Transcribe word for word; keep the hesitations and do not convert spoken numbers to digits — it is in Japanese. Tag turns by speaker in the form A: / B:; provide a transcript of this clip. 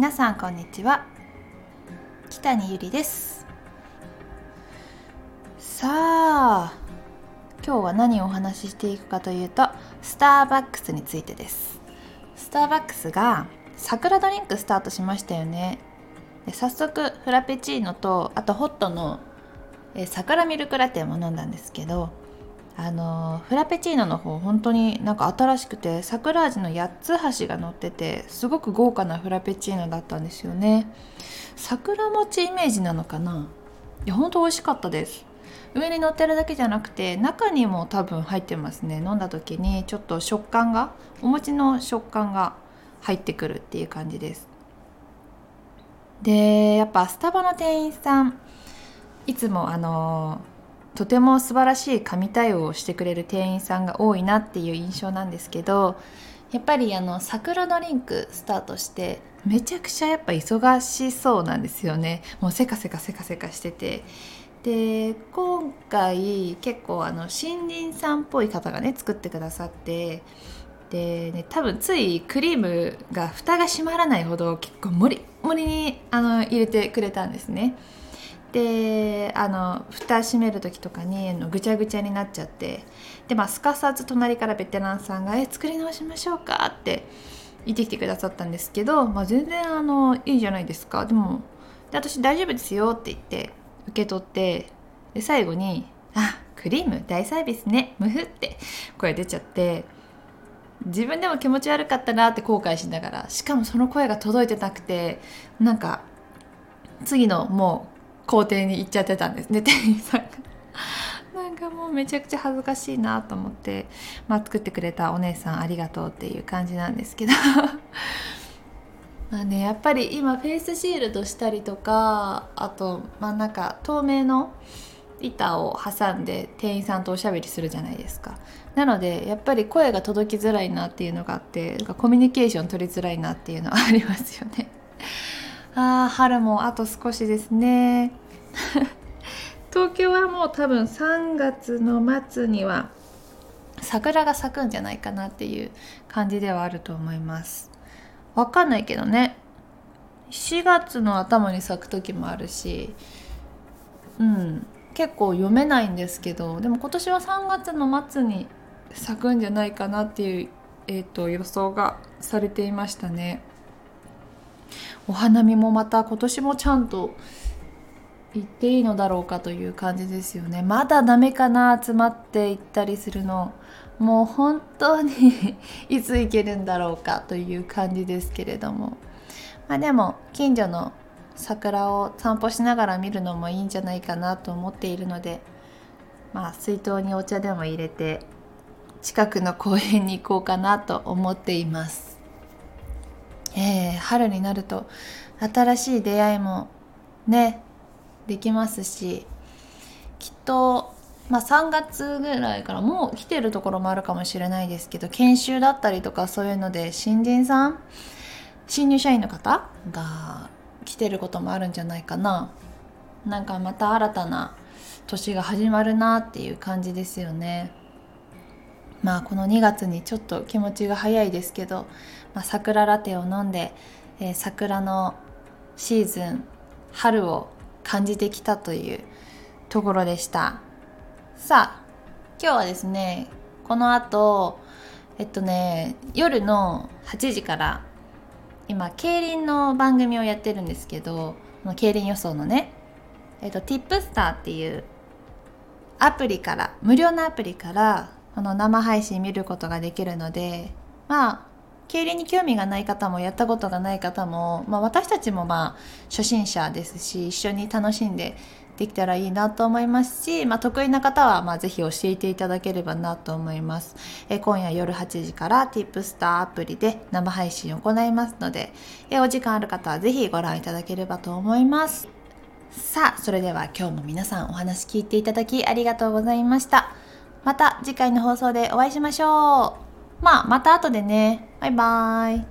A: 皆さんこんにちは、北にゆりです。さあ今日は何をお話ししていくかというと、スターバックスについてです。スターバックスが桜ドリンクスタートしましたよね。で早速フラペチーノとあとホットのえ桜ミルクラテも飲んだんですけど、あのフラペチーノの方本当になんか新しくて、桜味のやっつ橋が乗っててすごく豪華なフラペチーノだったんですよね。桜餅イメージなのかな。いや本当美味しかったです。上に乗ってるだけじゃなくて中にも多分入ってますね。飲んだ時にちょっと食感がお餅の食感が入ってくるっていう感じです。でやっぱスタバの店員さんいつもあのとても素晴らしい神対応をしてくれる店員さんが多いなっていう印象なんですけど、やっぱりあの桜ドリンクスタートしてめちゃくちゃやっぱ忙しそうなんですよね。もうせかせかせかせかしてて、で今回結構あの新人さんっぽい方がね作ってくださって、で、ね、多分ついクリームが蓋が閉まらないほど結構盛り盛りにあの入れてくれたんですね。であの蓋閉める時とかにぐちゃぐちゃになっちゃって、で、まあ、すかさず隣からベテランさんがえ作り直しましょうかって言ってきてくださったんですけど、まあ、全然あのいいじゃないですか。でもで私大丈夫ですよって言って受け取って、で最後にあクリーム大サービスねムフって声出ちゃって、自分でも気持ち悪かったなって後悔しながら、しかもその声が届いてなくて、なんか次のもう工程に行っちゃってたんですね、店員さんが。なんかもうめちゃくちゃ恥ずかしいなと思って、まあ、作ってくれたお姉さんありがとうっていう感じなんですけどまあね、やっぱり今フェイスシールドしたりとか、あとまあなんか透明の板を挟んで店員さんとおしゃべりするじゃないですか。なのでやっぱり声が届きづらいなっていうのがあって、コミュニケーション取りづらいなっていうのはありますよね。あー春もあと少しですね。東京はもう多分さんがつの末には桜が咲くんじゃないかなっていう感じではあると思います。わかんないけどね、しがつの頭に咲く時もあるし、うん結構読めないんですけど、でも今年はさんがつの末に咲くんじゃないかなっていう、えーと、予想がされていましたね。お花見もまた今年もちゃんと行っていいのだろうかという感じですよね。まだダメかな、集まって行ったりするの。もう本当にいつ行けるんだろうかという感じですけれども、まあ、でも近所の桜を散歩しながら見るのもいいんじゃないかなと思っているので、まあ、水筒にお茶でも入れて近くの公園に行こうかなと思っています。えー、春になると新しい出会いもねできますし、きっと、まあ、さんがつぐらいからもう来てるところもあるかもしれないですけど、研修だったりとかそういうので新人さん新入社員の方が来てることもあるんじゃないかな。なんかまた新たな年が始まるなっていう感じですよね。まあこのにがつにちょっと気持ちが早いですけど、まあ、桜ラテを飲んで、えー、桜のシーズン春を感じてきたというところでした。さあ今日はですね、この後えっとね夜のはちじから今競輪の番組をやってるんですけど、競輪予想のね、えっと、ティップスターっていうアプリから無料のアプリからこの生配信見ることができるので、まあ競輪に興味がない方もやったことがない方も、まあ、私たちもまあ初心者ですし、一緒に楽しんでできたらいいなと思いますし、まあ、得意な方はまあぜひ教えていただければなと思います。え今夜夜はちじからティップスターアプリで生配信を行いますので、えお時間ある方はぜひご覧いただければと思います。さあそれでは今日も皆さんお話聞いていただきありがとうございました。また次回の放送でお会いしましょう。まあまた後でね。バイバイ。